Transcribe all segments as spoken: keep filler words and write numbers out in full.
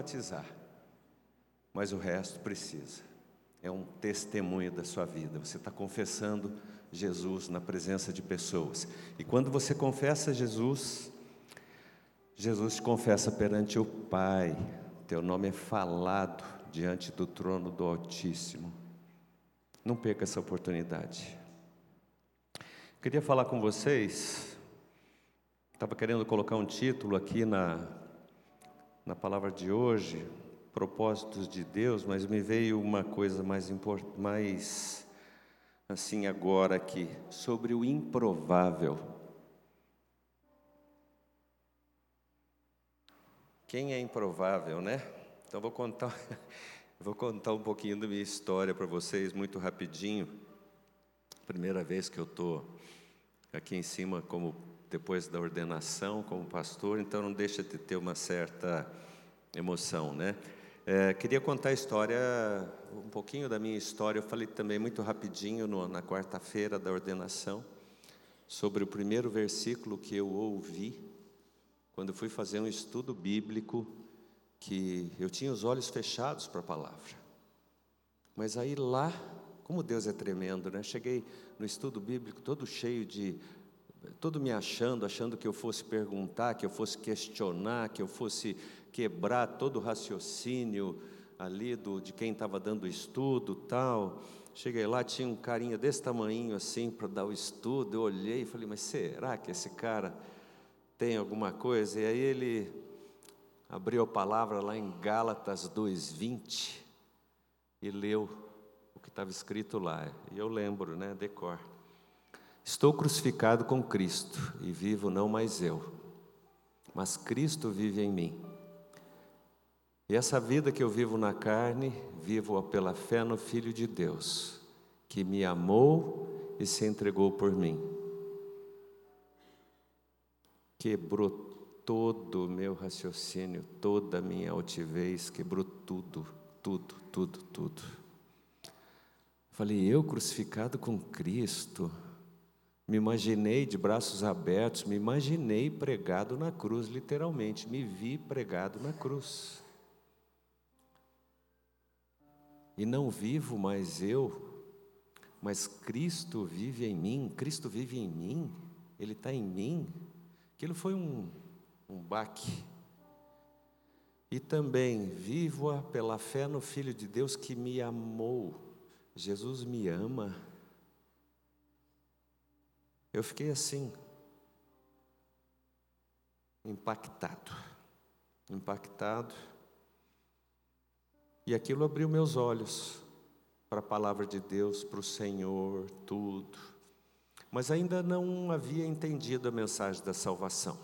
batizar, mas o resto precisa. É um testemunho da sua vida. Você está confessando Jesus na presença de pessoas. E quando você confessa Jesus, Jesus te confessa perante o Pai. Teu nome é falado diante do trono do Altíssimo. Não perca essa oportunidade. Queria falar com vocês. Estava querendo colocar um título aqui na, na palavra de hoje, propósitos de Deus, mas me veio uma coisa mais importante, mais assim agora aqui, sobre o improvável. Quem é improvável, né? Então vou contar, vou contar um pouquinho da minha história para vocês, muito rapidinho. Primeira vez que eu estou aqui em cima, como depois da ordenação como pastor, então não deixa de ter uma certa emoção, né? É, queria contar a história, um pouquinho da minha história. Eu falei também muito rapidinho no, na quarta-feira da ordenação, sobre o primeiro versículo que eu ouvi, quando fui fazer um estudo bíblico, que eu tinha os olhos fechados para a palavra. Mas aí lá, como Deus é tremendo, né? Cheguei no estudo bíblico todo cheio de, todo me achando, achando que eu fosse perguntar, que eu fosse questionar, que eu fosse quebrar todo o raciocínio ali do, de quem estava dando o estudo, tal. Cheguei lá, tinha um carinha desse tamanhinho assim para dar o estudo. Eu olhei e falei, mas será que esse cara tem alguma coisa? E aí ele abriu a palavra lá em Gálatas dois, vinte e leu o que estava escrito lá. E eu lembro, né, decor. Estou crucificado com Cristo e vivo não mais eu, mas Cristo vive em mim. E essa vida que eu vivo na carne, vivo-a pela fé no Filho de Deus, que me amou e se entregou por mim. Quebrou todo o meu raciocínio, toda a minha altivez, quebrou tudo, tudo, tudo, tudo. Falei, eu crucificado com Cristo, me imaginei de braços abertos, me imaginei pregado na cruz, literalmente, me vi pregado na cruz. E não vivo mais eu, mas Cristo vive em mim. Cristo vive em mim, Ele está em mim. Aquilo foi um, um baque. E também vivo-a pela fé no Filho de Deus que me amou. Jesus me ama. Eu fiquei assim, impactado, impactado. E aquilo abriu meus olhos para a palavra de Deus, para o Senhor, tudo. Mas ainda não havia entendido a mensagem da salvação.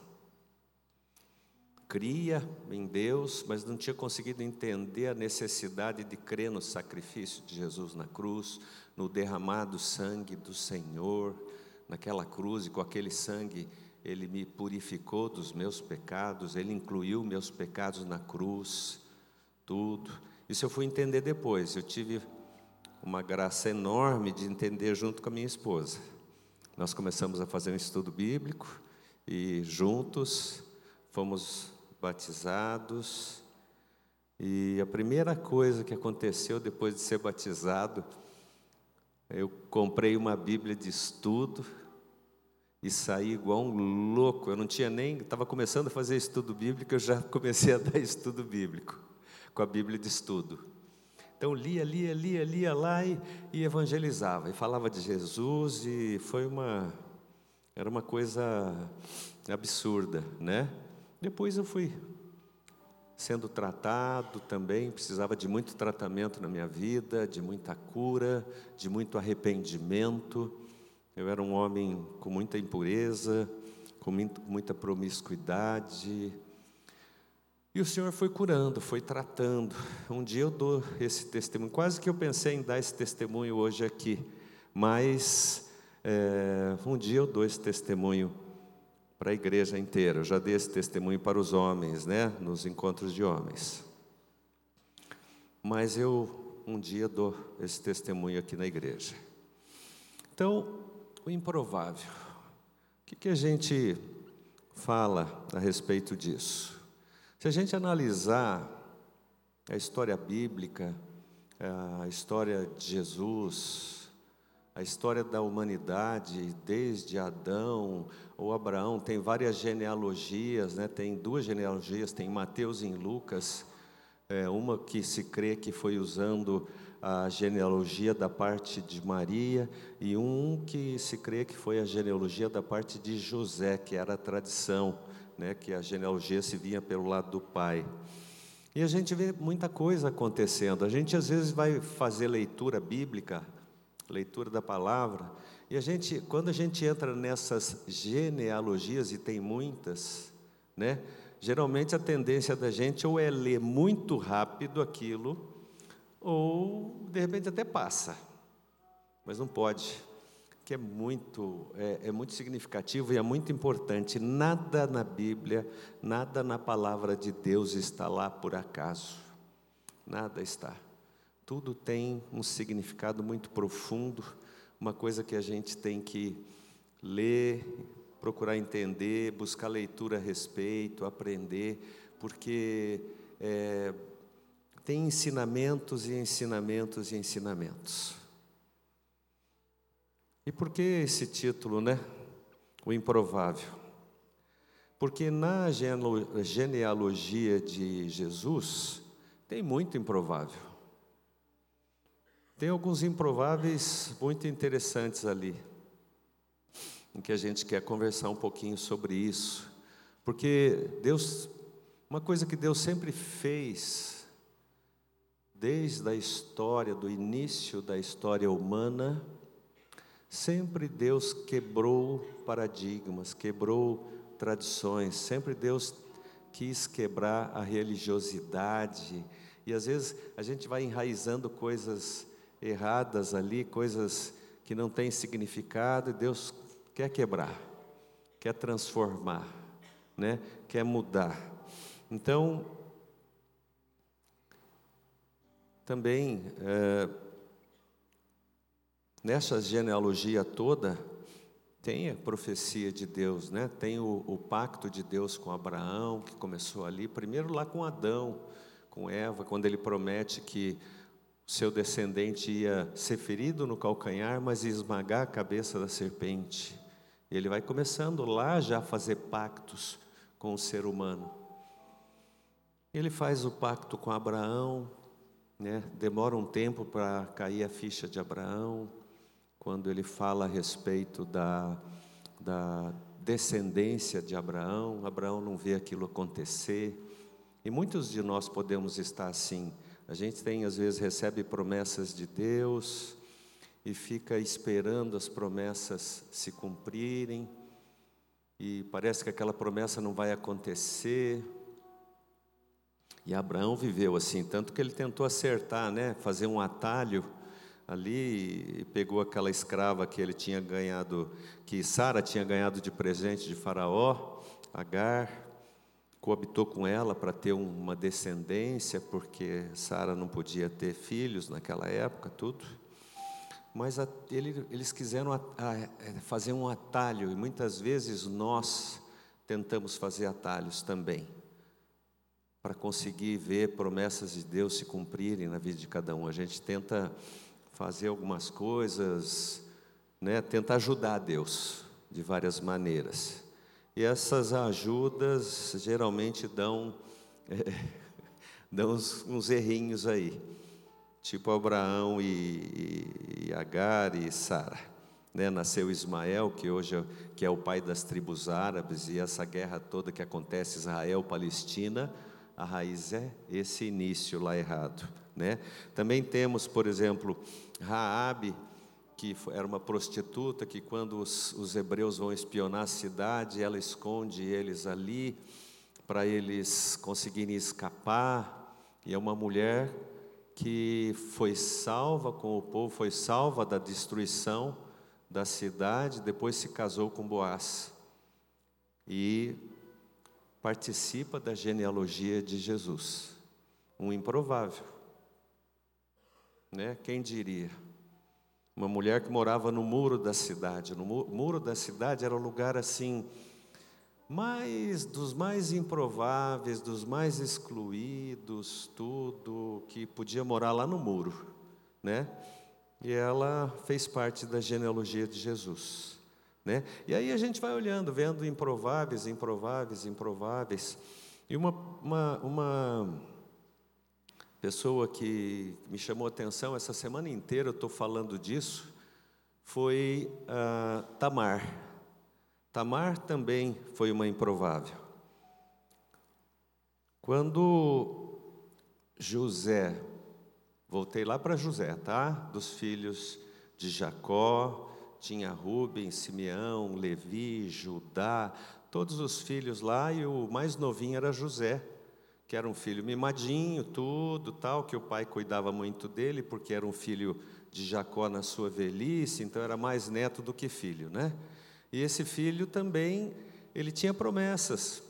Cria em Deus, mas não tinha conseguido entender a necessidade de crer no sacrifício de Jesus na cruz, no derramado sangue do Senhor, naquela cruz, e com aquele sangue Ele me purificou dos meus pecados, Ele incluiu meus pecados na cruz, tudo. Isso eu fui entender depois. Eu tive uma graça enorme de entender junto com a minha esposa. Nós começamos a fazer um estudo bíblico e juntos fomos batizados. E a primeira coisa que aconteceu depois de ser batizado, eu comprei uma Bíblia de estudo e saí igual um louco. Eu não tinha nem, estava começando a fazer estudo bíblico, eu já comecei a dar estudo bíblico com a Bíblia de estudo. Então lia, lia, lia, lia lá e, e evangelizava, e falava de Jesus, e foi uma, era uma coisa absurda, né? Depois eu fui sendo tratado também, precisava de muito tratamento na minha vida, de muita cura, de muito arrependimento. Eu era um homem com muita impureza, com muito, muita promiscuidade. E o Senhor foi curando, foi tratando. Um dia eu dou esse testemunho. Quase que eu pensei em dar esse testemunho hoje aqui. Mas é, um dia eu dou esse testemunho para a igreja inteira. Eu já dei esse testemunho para os homens, né? Nos encontros de homens. Mas eu um dia dou esse testemunho aqui na igreja. Então, o improvável. O que, que a gente fala a respeito disso? Se a gente analisar a história bíblica, a história de Jesus, a história da humanidade, desde Adão ou Abraão. Tem várias genealogias, né? Tem duas genealogias, tem Mateus e em Lucas, é, uma que se crê que foi usando a genealogia da parte de Maria, e um que se crê que foi a genealogia da parte de José, que era a tradição, né? Que a genealogia se vinha pelo lado do pai. E a gente vê muita coisa acontecendo. A gente às vezes vai fazer leitura bíblica, leitura da palavra, e a gente, quando a gente entra nessas genealogias, e tem muitas, né? Geralmente a tendência da gente ou é ler muito rápido aquilo, ou de repente até passa, mas não pode, que é muito, é, é muito significativo e é muito importante. Nada na Bíblia, nada na palavra de Deus está lá por acaso, nada está. Tudo tem um significado muito profundo, uma coisa que a gente tem que ler, procurar entender, buscar leitura a respeito, aprender, porque é, tem ensinamentos e ensinamentos e ensinamentos. E por que esse título, né? O improvável. Porque na genealogia de Jesus tem muito improvável. Tem alguns improváveis muito interessantes ali, em que a gente quer conversar um pouquinho sobre isso. Porque Deus, uma coisa que Deus sempre fez, desde a história, do início da história humana, sempre Deus quebrou paradigmas, quebrou tradições, sempre Deus quis quebrar a religiosidade, e às vezes a gente vai enraizando coisas erradas ali, coisas que não têm significado, e Deus quer quebrar, quer transformar, né? Quer mudar. Então, também, é, nessa genealogia toda, tem a profecia de Deus, né? Tem o, o pacto de Deus com Abraão, que começou ali, primeiro lá com Adão, com Eva, quando ele promete que o seu descendente ia ser ferido no calcanhar, mas ia esmagar a cabeça da serpente. E ele vai começando lá já a fazer pactos com o ser humano. Ele faz o pacto com Abraão, né? Demora um tempo para cair a ficha de Abraão, quando ele fala a respeito da, da descendência de Abraão. Abraão não vê aquilo acontecer, e muitos de nós podemos estar assim. A gente tem, às vezes, recebe promessas de Deus, e fica esperando as promessas se cumprirem, e parece que aquela promessa não vai acontecer. E Abraão viveu assim, tanto que ele tentou acertar, né, fazer um atalho ali, pegou aquela escrava que ele tinha ganhado, que Sara tinha ganhado de presente de Faraó, Agar, coabitou com ela para ter uma descendência, porque Sara não podia ter filhos naquela época, tudo. Mas a, ele, eles quiseram a, a, fazer um atalho, e muitas vezes nós tentamos fazer atalhos também, para conseguir ver promessas de Deus se cumprirem na vida de cada um. A gente tenta fazer algumas coisas, né, tenta ajudar Deus de várias maneiras. E essas ajudas geralmente dão, é, dão uns, uns errinhos aí, tipo Abraão e, e, e Agar e Sara, né? Nasceu Ismael, que hoje é, que é o pai das tribos árabes, e essa guerra toda que acontece, Israel-Palestina, a raiz é esse início lá errado, né? Também temos, por exemplo, Raabe, que era uma prostituta, que quando os, os hebreus vão espionar a cidade, ela esconde eles ali, para eles conseguirem escapar. E é uma mulher que foi salva com o povo, foi salva da destruição da cidade, depois se casou com Boaz, e participa da genealogia de Jesus. Um improvável, né? Quem diria? Uma mulher que morava no muro da cidade. No muro da cidade era um lugar assim, mais dos mais improváveis, dos mais excluídos, tudo, que podia morar lá no muro, né? E ela fez parte da genealogia de Jesus, né? E aí a gente vai olhando, vendo improváveis, improváveis, improváveis. E uma, uma, uma pessoa que me chamou a atenção, essa semana inteira eu estou falando disso, foi a Tamar. Tamar também foi uma improvável. Quando José, voltei lá para José, tá? Dos filhos de Jacó, tinha Rubem, Simeão, Levi, Judá, todos os filhos lá, e o mais novinho era José, que era um filho mimadinho, tudo, tal, que o pai cuidava muito dele, porque era um filho de Jacó na sua velhice, então era mais neto do que filho, né? E esse filho também, ele tinha promessas.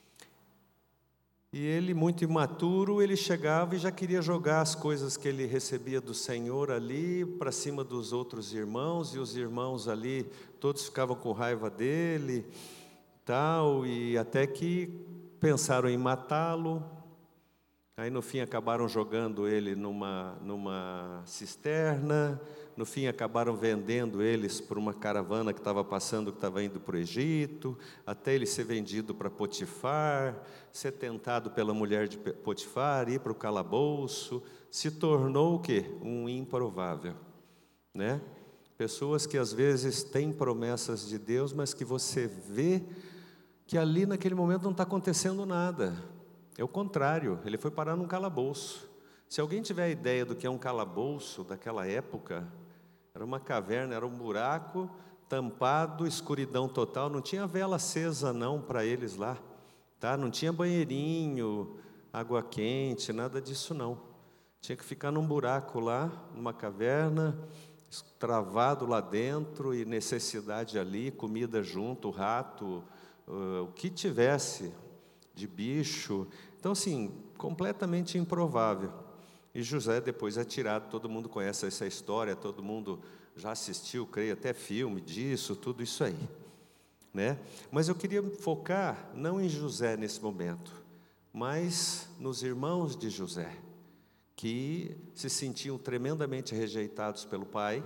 E ele, muito imaturo, ele chegava e já queria jogar as coisas que ele recebia do Senhor ali para cima dos outros irmãos, e os irmãos ali, todos ficavam com raiva dele, tal, e até que pensaram em matá-lo. Aí no fim acabaram jogando ele numa, numa cisterna, no fim acabaram vendendo eles para uma caravana que estava passando, que estava indo para o Egito, até ele ser vendido para Potifar, ser tentado pela mulher de Potifar, ir para o calabouço, se tornou o quê? Um improvável, né? Pessoas que às vezes têm promessas de Deus, mas que você vê que ali naquele momento não está acontecendo nada. É o contrário, ele foi parar num calabouço. Se alguém tiver a ideia do que é um calabouço daquela época, era uma caverna, era um buraco tampado, escuridão total, não tinha vela acesa não para eles lá, tá? Não tinha banheirinho, água quente, nada disso não. Tinha que ficar num buraco lá, numa caverna, travado lá dentro, e necessidade ali, comida junto, rato, uh, o que tivesse de bicho. Então, assim, completamente improvável. E José depois é tirado, todo mundo conhece essa história, todo mundo já assistiu, creio, até filme disso, tudo isso aí, né? Mas eu queria focar, não em José nesse momento, mas nos irmãos de José, que se sentiam tremendamente rejeitados pelo pai,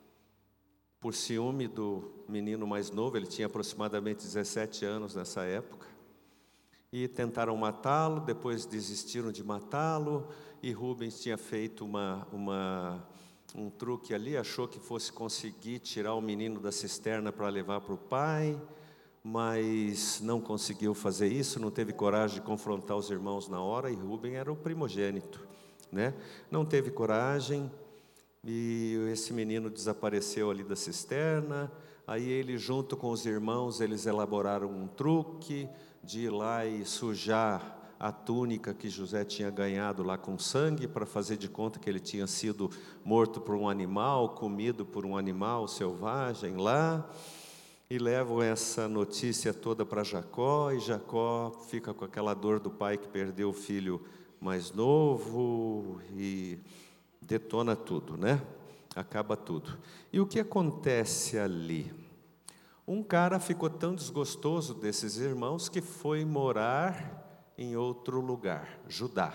por ciúme do menino mais novo, ele tinha aproximadamente dezessete anos nessa época, e tentaram matá-lo, depois desistiram de matá-lo, e Rubens tinha feito uma, uma, um truque ali, achou que fosse conseguir tirar o menino da cisterna para levar para o pai, mas não conseguiu fazer isso, não teve coragem de confrontar os irmãos na hora, e Rubem era o primogênito, né? Não teve coragem, e esse menino desapareceu ali da cisterna. Aí ele, junto com os irmãos, eles elaboraram um truque de ir lá e sujar a túnica que José tinha ganhado lá com sangue, para fazer de conta que ele tinha sido morto por um animal, comido por um animal selvagem lá, e levam essa notícia toda para Jacó, e Jacó fica com aquela dor do pai que perdeu o filho mais novo, e detona tudo, né? Acaba tudo. E o que acontece ali? Um cara ficou tão desgostoso desses irmãos que foi morar em outro lugar, Judá.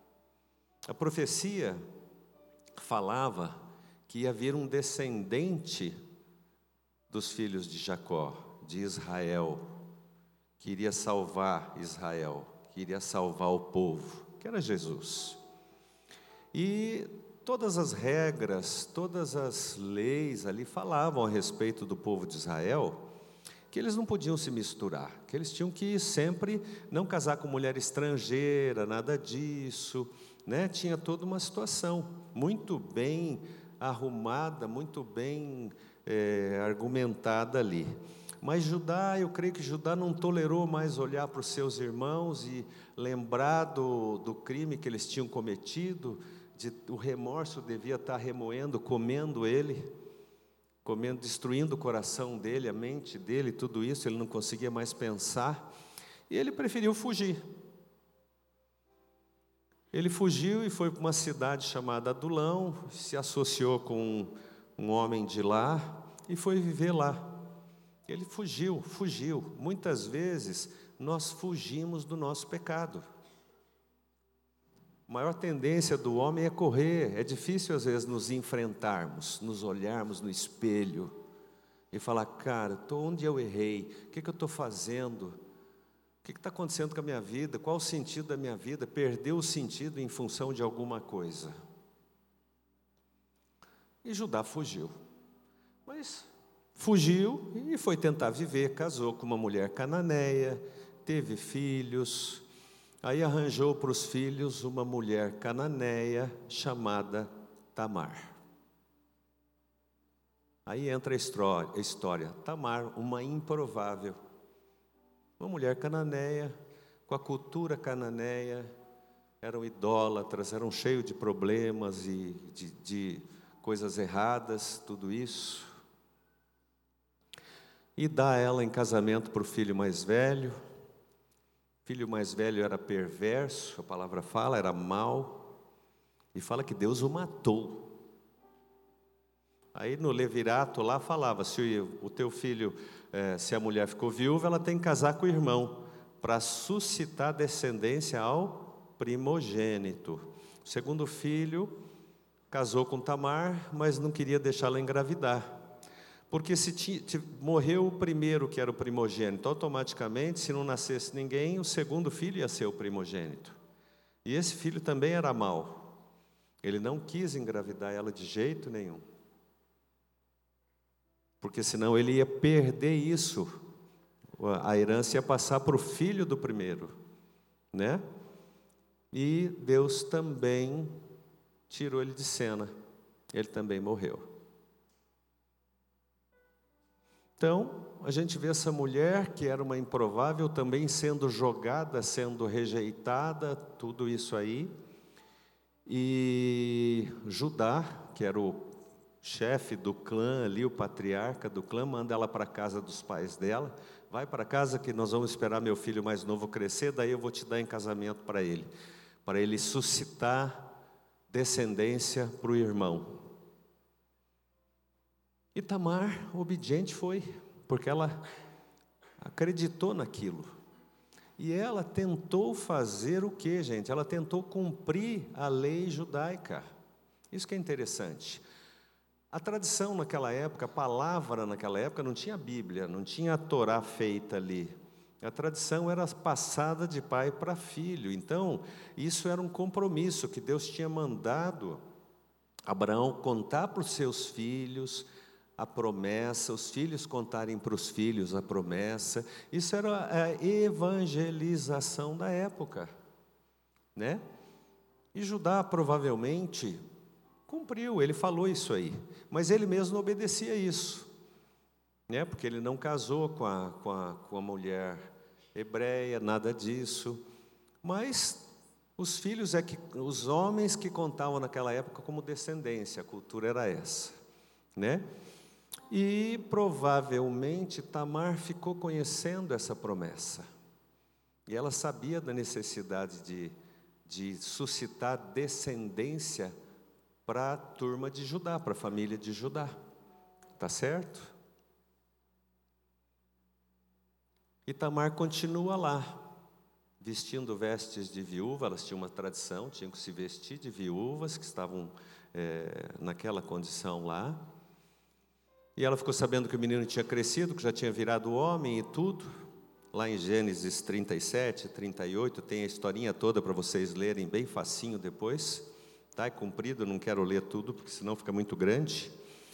A profecia falava que ia vir um descendente dos filhos de Jacó, de Israel, que iria salvar Israel, que iria salvar o povo, que era Jesus. E todas as regras, todas as leis ali falavam a respeito do povo de Israel, que eles não podiam se misturar, que eles tinham que sempre não casar com mulher estrangeira, nada disso, né? Tinha toda uma situação muito bem arrumada, muito bem é, argumentada ali. Mas Judá, eu creio que Judá não tolerou mais olhar para os seus irmãos e lembrar do, do crime que eles tinham cometido. De, o remorso devia estar remoendo, comendo ele, comendo, destruindo o coração dele, a mente dele, tudo isso, ele não conseguia mais pensar, e ele preferiu fugir. Ele fugiu e foi para uma cidade chamada Adulão, se associou com um, um homem de lá, e foi viver lá. Ele fugiu, fugiu. Muitas vezes nós fugimos do nosso pecado. A maior tendência do homem é correr. É difícil às vezes nos enfrentarmos, nos olharmos no espelho e falar: cara, tô onde eu errei? O que, que eu estou fazendo? O que está acontecendo com a minha vida? Qual o sentido da minha vida? Perdeu o sentido em função de alguma coisa. E Judá fugiu. Mas fugiu e foi tentar viver. Casou com uma mulher cananeia, teve filhos. Aí arranjou para os filhos uma mulher cananeia chamada Tamar. Aí entra a história. Tamar, uma improvável. Uma mulher cananeia, com a cultura cananeia, eram idólatras, eram cheios de problemas e de, de coisas erradas, tudo isso. E dá ela em casamento para o filho mais velho. O filho mais velho era perverso, a palavra fala, era mau. E fala que Deus o matou. Aí no Levirato lá falava, se o teu filho, é, se a mulher ficou viúva, ela tem que casar com o irmão, para suscitar descendência ao primogênito. O segundo filho casou com Tamar, mas não queria deixá-la engravidar. Porque se ti, ti, morreu o primeiro, que era o primogênito, automaticamente, se não nascesse ninguém, o segundo filho ia ser o primogênito. E esse filho também era mau. Ele não quis engravidar ela de jeito nenhum. Porque senão ele ia perder isso. A herança ia passar para o filho do primeiro, né? E Deus também tirou ele de cena. Ele também morreu. Então, a gente vê essa mulher que era uma improvável também sendo jogada, sendo rejeitada, tudo isso aí. E Judá, que era o chefe do clã ali, o patriarca do clã, manda ela para a casa dos pais dela. Vai para casa que nós vamos esperar meu filho mais novo crescer, daí eu vou te dar em casamento para ele. Para ele suscitar descendência para o irmão. E Tamar, obediente foi, porque ela acreditou naquilo. E ela tentou fazer o quê, gente? Ela tentou cumprir a lei judaica. Isso que é interessante. A tradição naquela época, a palavra naquela época, não tinha Bíblia, não tinha a Torá feita ali. A tradição era passada de pai para filho. Então, isso era um compromisso que Deus tinha mandado Abraão contar para os seus filhos a promessa, os filhos contarem para os filhos a promessa. Isso era a evangelização da época, né? E Judá provavelmente cumpriu, ele falou isso aí, mas ele mesmo não obedecia isso, né? Porque ele não casou com a, com a, com a mulher hebreia, nada disso. Mas os filhos é que, os homens que contavam naquela época como descendência, a cultura era essa, né? E provavelmente Tamar ficou conhecendo essa promessa. E ela sabia da necessidade de, de suscitar descendência para a turma de Judá, para a família de Judá. Tá certo? E Tamar continua lá, vestindo vestes de viúva. Elas tinham uma tradição, tinham que se vestir de viúvas que estavam é, naquela condição lá. E ela ficou sabendo que o menino tinha crescido, que já tinha virado homem e tudo. Lá em Gênesis trinta e sete, trinta e oito, tem a historinha toda para vocês lerem, bem facinho depois. Tá? É comprido, não quero ler tudo, porque senão fica muito grande.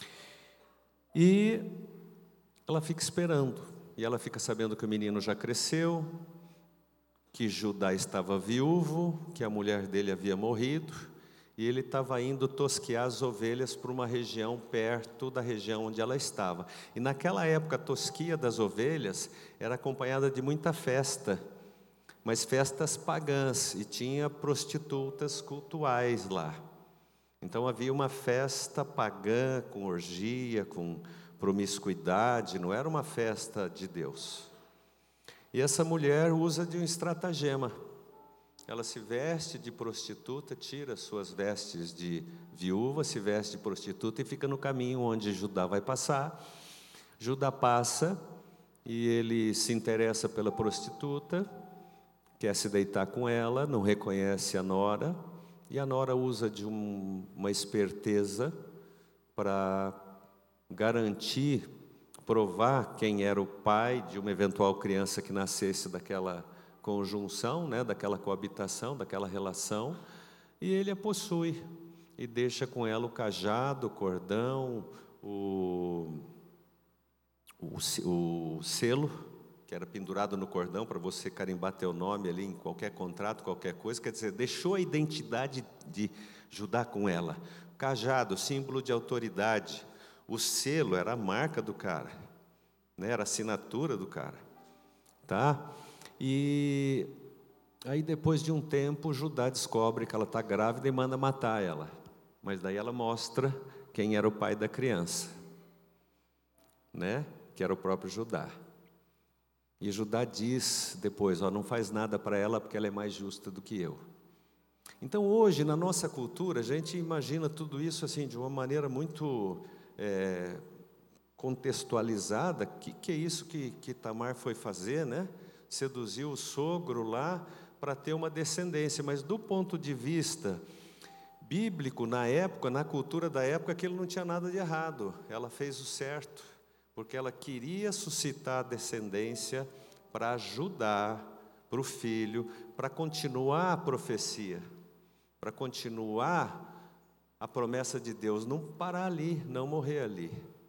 E ela fica esperando. E ela fica sabendo que o menino já cresceu, que Judá estava viúvo, que a mulher dele havia morrido. E ele estava indo tosquear as ovelhas para uma região perto da região onde ela estava. E naquela época a tosquia das ovelhas era acompanhada de muita festa, mas festas pagãs, e tinha prostitutas cultuais lá. Então havia uma festa pagã com orgia, com promiscuidade, não era uma festa de Deus. E essa mulher usa de um estratagema. Ela se veste de prostituta, tira suas vestes de viúva, se veste de prostituta e fica no caminho onde Judá vai passar. Judá passa e ele se interessa pela prostituta, quer se deitar com ela, não reconhece a nora, e a nora usa de um, uma esperteza para garantir, provar quem era o pai de uma eventual criança que nascesse daquela conjunção, né, daquela coabitação, daquela relação, e ele a possui, e deixa com ela o cajado, o cordão, o, o, o selo, que era pendurado no cordão para você carimbar teu nome ali em qualquer contrato, qualquer coisa, quer dizer, deixou a identidade de Judá com ela. O cajado, símbolo de autoridade. O selo era a marca do cara, né? Era a assinatura do cara, tá? E aí depois de um tempo, Judá descobre que ela está grávida e manda matar ela. Mas daí ela mostra quem era o pai da criança, né? Que era o próprio Judá. E Judá diz depois, ó, não faz nada para ela porque ela é mais justa do que eu. Então hoje, na nossa cultura, a gente imagina tudo isso assim de uma maneira muito é, contextualizada. O que, que é isso que, que Tamar foi fazer, né? Seduziu o sogro lá para ter uma descendência. Mas do ponto de vista bíblico, na época, na cultura da época, aquilo não tinha nada de errado. Ela fez o certo, porque ela queria suscitar a descendência para ajudar, para o filho, para continuar a profecia, para continuar a promessa de Deus, não parar ali, não morrer ali.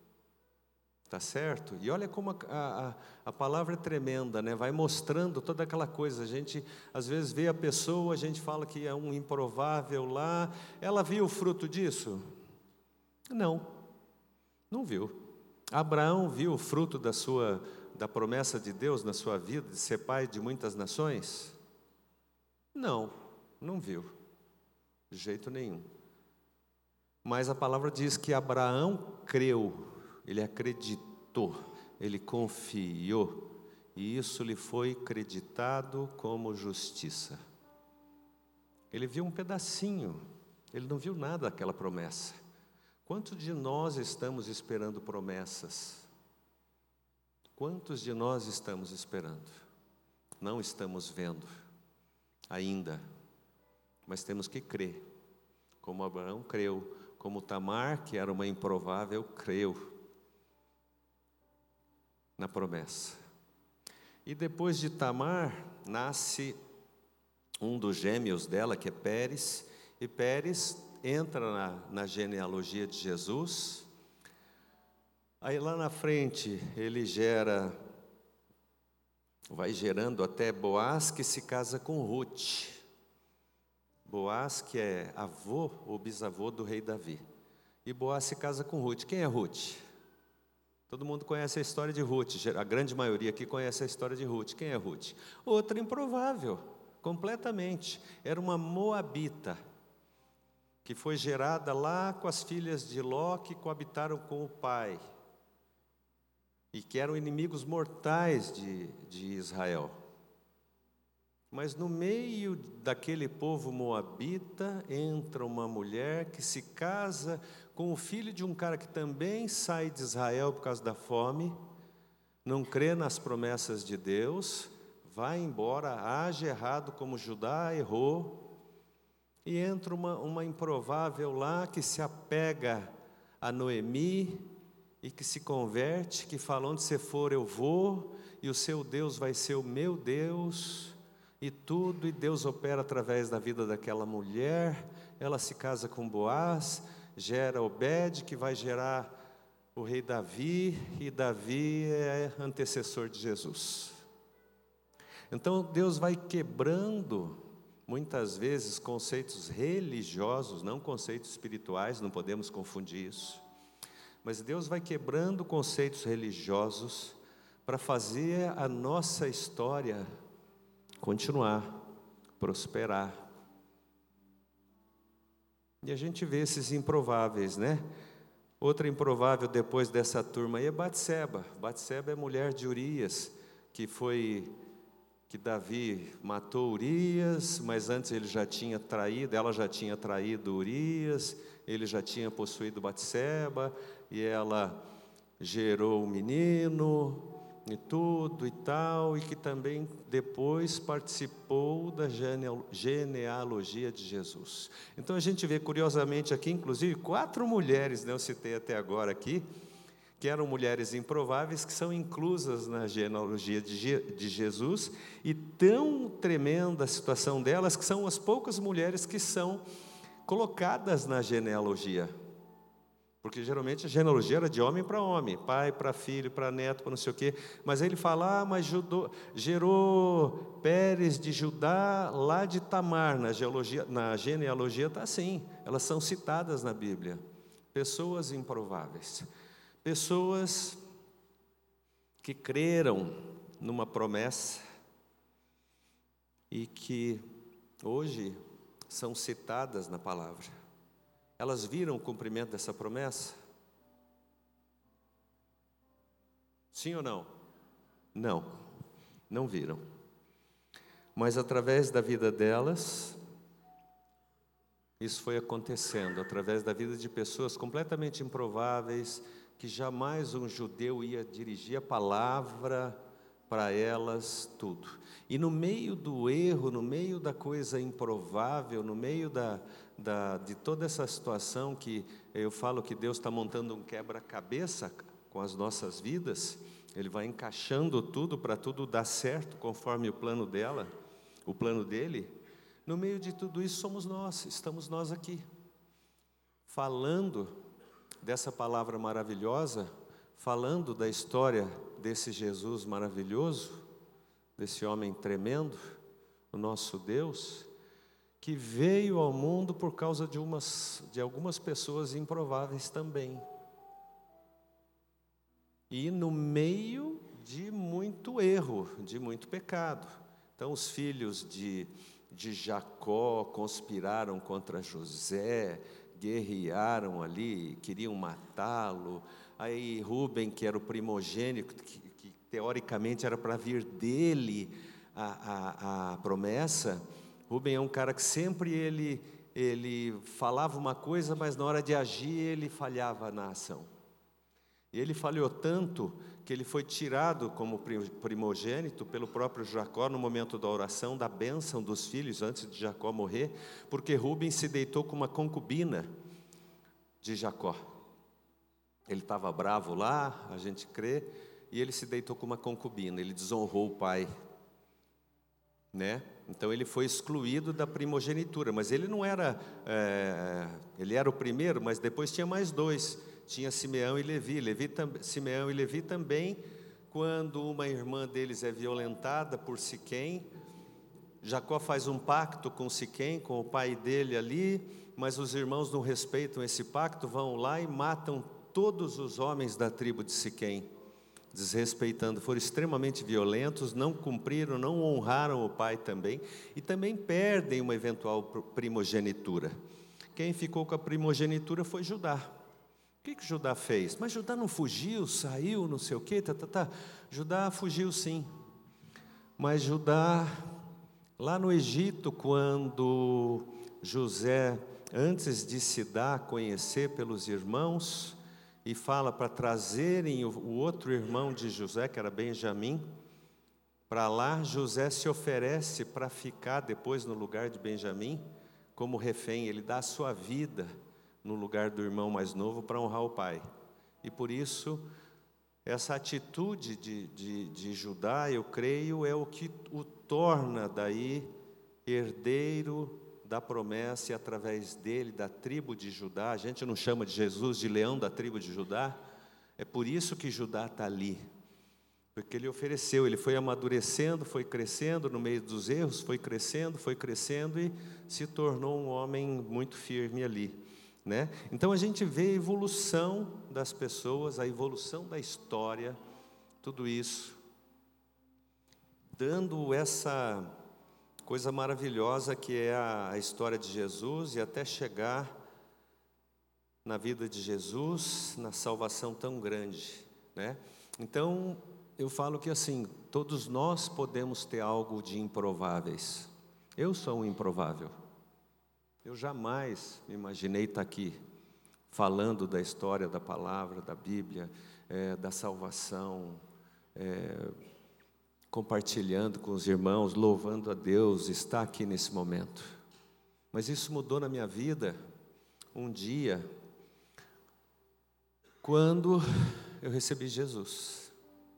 Tá certo? E olha como a, a, a palavra é tremenda, né? Vai mostrando toda aquela coisa. A gente, às vezes, vê a pessoa, a gente fala que é um improvável lá. Ela viu o fruto disso? Não, não viu. Abraão viu o fruto da sua, da promessa de Deus na sua vida, de ser pai de muitas nações? Não, não viu, de jeito nenhum. Mas a palavra diz que Abraão creu, ele acreditou, ele confiou, e isso lhe foi creditado como justiça. Ele viu um pedacinho, ele não viu nada daquela promessa. Quantos de nós estamos esperando promessas? Quantos de nós estamos esperando? Não estamos vendo ainda, mas temos que crer, como Abraão creu, como Tamar, que era uma improvável, creu na promessa. E depois de Tamar, nasce um dos gêmeos dela, que é Pérez, e Pérez entra na, na genealogia de Jesus. Aí lá na frente ele gera, vai gerando até Boaz, que se casa com Ruth. Boaz, que é avô ou bisavô do rei Davi. E Boaz se casa com Ruth. Quem é Ruth? Todo mundo conhece a história de Ruth, a grande maioria aqui conhece a história de Ruth. Quem é Ruth? Outra improvável, completamente. Era uma moabita, que foi gerada lá com as filhas de Ló, que coabitaram com o pai, e que eram inimigos mortais de, de Israel. Mas no meio daquele povo moabita, entra uma mulher que se casa com o filho de um cara que também sai de Israel por causa da fome, não crê nas promessas de Deus, vai embora, age errado como Judá errou, e entra uma, uma improvável lá que se apega a Noemi e que se converte, que fala: onde você for eu vou, e o seu Deus vai ser o meu Deus, e tudo, e Deus opera através da vida daquela mulher. Ela se casa com Boaz, gera Obed, que vai gerar o rei Davi, e Davi é antecessor de Jesus. Então Deus vai quebrando muitas vezes conceitos religiosos, não conceitos espirituais, não podemos confundir isso. Mas Deus vai quebrando conceitos religiosos para fazer a nossa história continuar, prosperar. E a gente vê esses improváveis, né? Outra improvável depois dessa turma aí é Batseba. Batseba é mulher de Urias, que foi... que Davi matou Urias, mas antes ele já tinha traído, ela já tinha traído Urias, ele já tinha possuído Batseba, e ela gerou um menino, e tudo e tal, e que também depois participou da genealogia de Jesus. Então a gente vê curiosamente aqui, inclusive, quatro mulheres, né, eu citei até agora aqui, que eram mulheres improváveis, que são inclusas na genealogia de Jesus, e tão tremenda a situação delas, que são as poucas mulheres que são colocadas na genealogia. Porque geralmente a genealogia era de homem para homem, pai para filho, para neto, para não sei o quê. Mas aí ele fala, ah, mas Judô, gerou Pérez de Judá lá de Tamar. Na genealogia, na genealogia está assim, elas são citadas na Bíblia. Pessoas improváveis. Pessoas que creram numa promessa e que hoje são citadas na palavra. Elas viram o cumprimento dessa promessa? Sim ou não? Não, não viram. Mas através da vida delas, isso foi acontecendo, através da vida de pessoas completamente improváveis, que jamais um judeu ia dirigir a palavra para elas, tudo. E no meio do erro, no meio da coisa improvável, no meio da, da, de toda essa situação que eu falo que Deus está montando um quebra-cabeça com as nossas vidas, Ele vai encaixando tudo para tudo dar certo conforme o plano dela, o plano dele. No meio de tudo isso somos nós, estamos nós aqui, falando dessa palavra maravilhosa, falando da história desse Jesus maravilhoso, desse homem tremendo, o nosso Deus, que veio ao mundo por causa de, umas, de algumas pessoas improváveis também. E no meio de muito erro, de muito pecado. Então os filhos de, de Jacó conspiraram contra José, guerrearam ali, queriam matá-lo. Aí Rúben, que era o primogênito, que, que teoricamente era para vir dele a, a, a promessa. Rúben é um cara que sempre ele, ele falava uma coisa, mas na hora de agir ele falhava na ação. E ele falhou tanto que ele foi tirado como primogênito pelo próprio Jacó no momento da oração, da bênção dos filhos, antes de Jacó morrer, porque Rúben se deitou com uma concubina de Jacó. Ele estava bravo lá, a gente crê, e ele se deitou com uma concubina, ele desonrou o pai, né? Então ele foi excluído da primogenitura, mas ele não era, é, ele era o primeiro, mas depois tinha mais dois, tinha Simeão e Levi, Levi Simeão e Levi também, quando uma irmã deles é violentada por Siquém, Jacó faz um pacto com Siquém, com o pai dele ali, mas os irmãos não respeitam esse pacto, vão lá e matam todos os homens da tribo de Siquém, desrespeitando, foram extremamente violentos, não cumpriram, não honraram o pai também, e também perdem uma eventual primogenitura. Quem ficou com a primogenitura foi Judá. O que que Judá fez? Mas Judá não fugiu, saiu, não sei o quê, tá, tá, tá. Judá fugiu sim, mas Judá, lá no Egito, quando José, antes de se dar a conhecer pelos irmãos, e fala para trazerem o, o outro irmão de José, que era Benjamim, para lá, José se oferece para ficar depois no lugar de Benjamim, como refém, ele dá a sua vida no lugar do irmão mais novo para honrar o pai. E por isso, essa atitude de, de, de Judá, eu creio, é o que o torna daí herdeiro da promessa, e através dele, da tribo de Judá. A gente não chama de Jesus de leão da tribo de Judá, é por isso que Judá está ali, porque ele ofereceu, ele foi amadurecendo, foi crescendo no meio dos erros, foi crescendo, foi crescendo e se tornou um homem muito firme ali, né? Então a gente vê a evolução das pessoas, a evolução da história, tudo isso, dando essa coisa maravilhosa que é a história de Jesus, e até chegar na vida de Jesus, na salvação tão grande, né? Então, eu falo que assim, todos nós podemos ter algo de improváveis. Eu sou um improvável. Eu jamais me imaginei estar aqui, falando da história da palavra, da Bíblia, é, da salvação, é, compartilhando com os irmãos, louvando a Deus, estar aqui nesse momento. Mas isso mudou na minha vida um dia, quando eu recebi Jesus.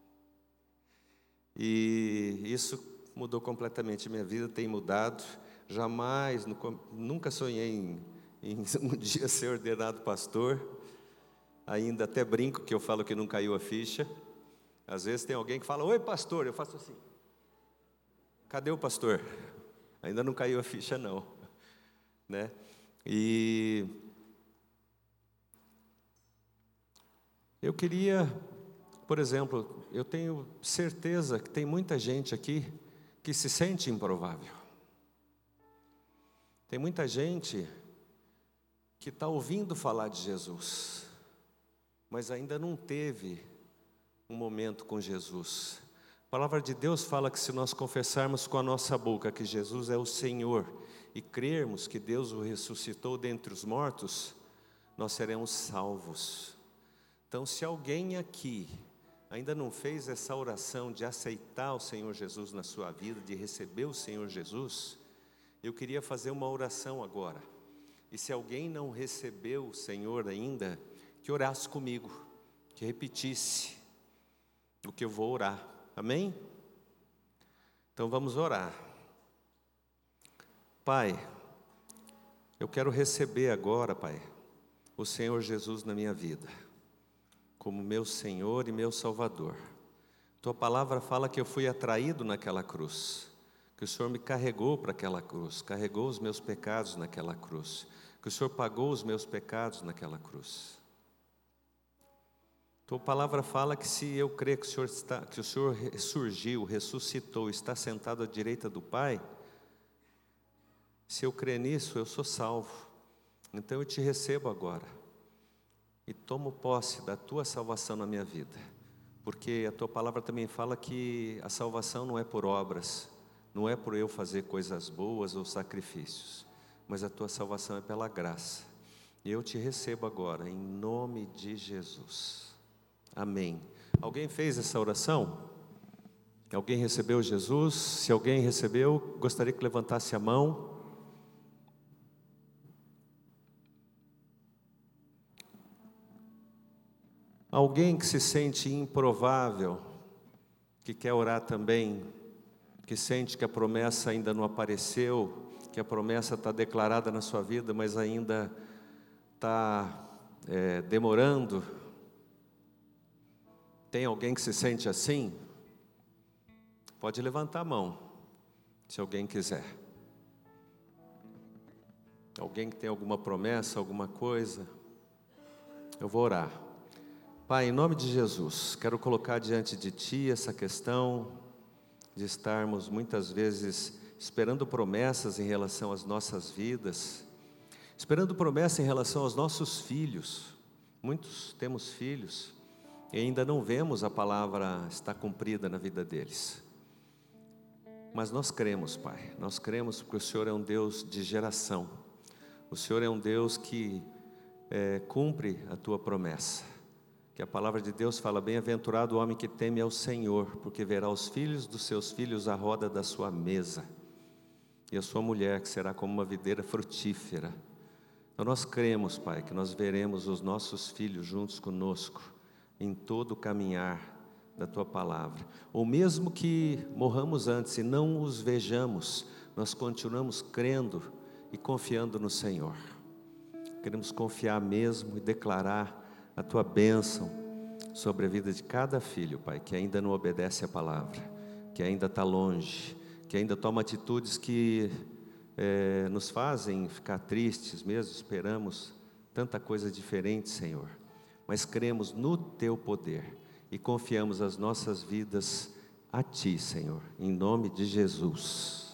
E isso mudou completamente a minha vida, tem mudado. Jamais, nunca sonhei em, em um dia ser ordenado pastor. Ainda até brinco que eu falo que não caiu a ficha. Às vezes tem alguém que fala, oi pastor, eu faço assim, cadê o pastor? Ainda não caiu a ficha não, né? E eu queria, por exemplo, eu tenho certeza que tem muita gente aqui que se sente improvável. Tem muita gente que está ouvindo falar de Jesus, mas ainda não teve um momento com Jesus. A palavra de Deus fala que se nós confessarmos com a nossa boca que Jesus é o Senhor e crermos que Deus o ressuscitou dentre os mortos, nós seremos salvos. Então, se alguém aqui ainda não fez essa oração de aceitar o Senhor Jesus na sua vida, de receber o Senhor Jesus, eu queria fazer uma oração agora. E se alguém não recebeu o Senhor ainda, que orasse comigo, que repetisse o que eu vou orar, amém? Então vamos orar. Pai, eu quero receber agora, Pai, o Senhor Jesus na minha vida, como meu Senhor e meu Salvador. Tua palavra fala que eu fui atraído naquela cruz, que o Senhor me carregou para aquela cruz, carregou os meus pecados naquela cruz, que o Senhor pagou os meus pecados naquela cruz. Tua palavra fala que se eu crer que o Senhor está, que o Senhor ressurgiu, ressuscitou, está sentado à direita do Pai, se eu crer nisso, eu sou salvo. Então eu te recebo agora e tomo posse da tua salvação na minha vida, porque a tua palavra também fala que a salvação não é por obras, não é por eu fazer coisas boas ou sacrifícios, mas a tua salvação é pela graça. E eu te recebo agora, em nome de Jesus. Amém. Alguém fez essa oração? Alguém recebeu Jesus? Se alguém recebeu, gostaria que levantasse a mão. Alguém que se sente improvável, que quer orar também, que sente que a promessa ainda não apareceu, que a promessa está declarada na sua vida, mas ainda está é, demorando. Tem alguém que se sente assim? Pode levantar a mão, se alguém quiser. Alguém que tem alguma promessa, alguma coisa? Eu vou orar. Pai, em nome de Jesus, quero colocar diante de Ti essa questão de estarmos muitas vezes esperando promessas em relação às nossas vidas, esperando promessa em relação aos nossos filhos. Muitos temos filhos e ainda não vemos a palavra estar cumprida na vida deles. Mas nós cremos, Pai, nós cremos porque o Senhor é um Deus de geração. O Senhor é um Deus que é, cumpre a Tua promessa. Que a palavra de Deus fala, bem-aventurado o homem que teme ao Senhor, porque verá os filhos dos seus filhos à roda da sua mesa, e a sua mulher que será como uma videira frutífera. Então nós cremos, Pai, que nós veremos os nossos filhos juntos conosco, em todo o caminhar da Tua palavra. Ou mesmo que morramos antes e não os vejamos, nós continuamos crendo e confiando no Senhor. Queremos confiar mesmo e declarar a Tua bênção sobre a vida de cada filho, Pai, que ainda não obedece a palavra, que ainda está longe, que ainda toma atitudes que é, nos fazem ficar tristes mesmo. Esperamos tanta coisa diferente, Senhor, mas cremos no Teu poder e confiamos as nossas vidas a Ti, Senhor, em nome de Jesus.